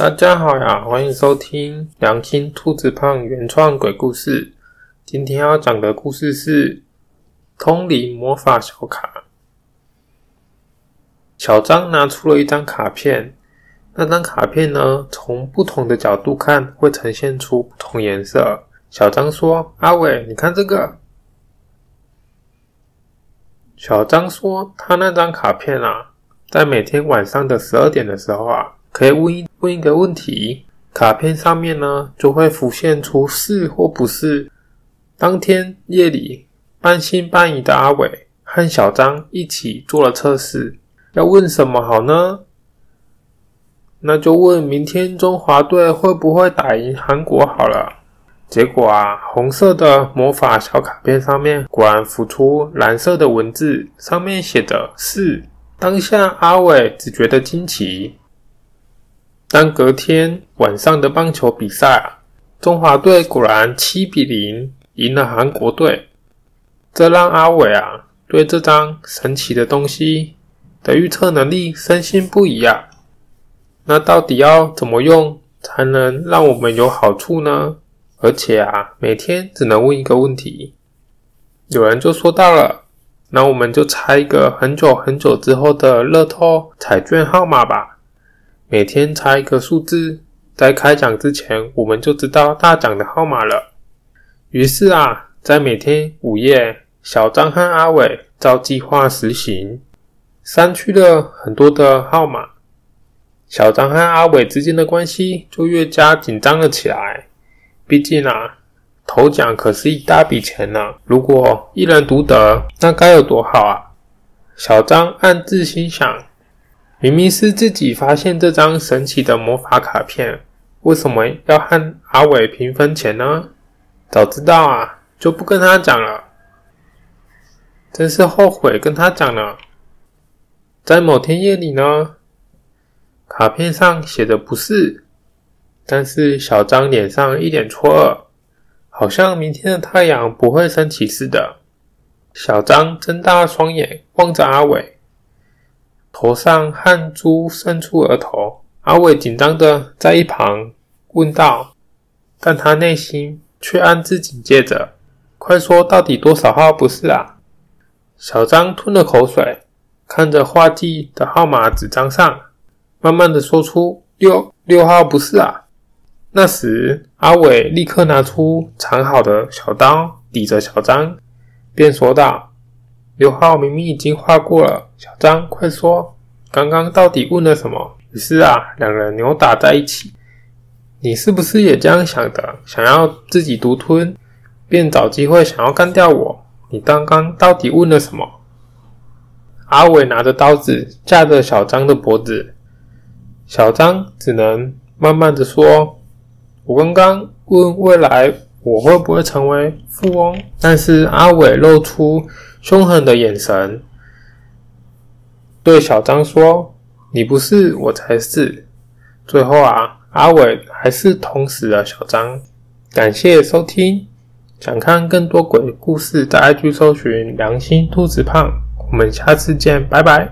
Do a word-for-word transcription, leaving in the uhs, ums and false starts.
大家好呀，欢迎收听良心兔子胖原创鬼故事。今天要讲的故事是通灵魔法小卡。小张拿出了一张卡片，那张卡片呢，从不同的角度看会呈现出不同颜色。小张说：阿伟，你看这个。小张说他那张卡片啊，在每天晚上的十二点的时候啊，可以问一问一个问题，卡片上面呢就会浮现出是或不是。当天夜里，半信半疑的阿伟和小张一起做了测试，要问什么好呢？那就问明天中华队会不会打赢韩国好了。结果啊，红色的魔法小卡片上面果然浮出蓝色的文字，上面写的是。当下阿伟只觉得惊奇，但隔天晚上的棒球比赛啊，中华队果然七比零赢了韩国队，这让阿伟啊对这张神奇的东西的预测能力深信不疑啊。那到底要怎么用才能让我们有好处呢？而且啊，每天只能问一个问题。有人就说到了，那我们就猜一个很久很久之后的乐透彩券号码吧。每天猜一个数字，在开奖之前我们就知道大奖的号码了。于是啊，在每天午夜，小张和阿伟照计划实行，删去了很多的号码。小张和阿伟之间的关系就越加紧张了起来。毕竟啊，头奖可是一大笔钱呢、啊，如果一人独得，那该有多好啊！小张暗自心想，明明是自己发现这张神奇的魔法卡片，为什么要和阿伟平分钱呢？早知道啊，就不跟他讲了。真是后悔跟他讲了。在某天夜里呢，卡片上写的不是，但是小张脸上一脸错愕，好像明天的太阳不会升起似的。小张睁大双眼望着阿伟，头上汗珠渗出额头。阿伟紧张的在一旁问道，但他内心却暗自警戒着，快说到底多少号不是啊？小张吞了口水，看着画记的号码纸张上，慢慢的说出六六号不是啊。那时阿伟立刻拿出藏好的小刀抵着小张，便说道，六号明明已经画过了，小张快说，刚刚到底问了什么？于是啊，两人扭打在一起。你是不是也这样想的，想要自己独吞，便找机会想要干掉我？你刚刚到底问了什么？阿伟拿着刀子架着小张的脖子，小张只能慢慢的说，我刚刚问未来我会不会成为富翁，但是阿伟露出凶狠的眼神，对小张说，你不是我才是。最后啊，阿伟还是捅死了小张。感谢收听，想看更多鬼故事在 I G 搜寻良心兔子胖，我们下次见，拜拜。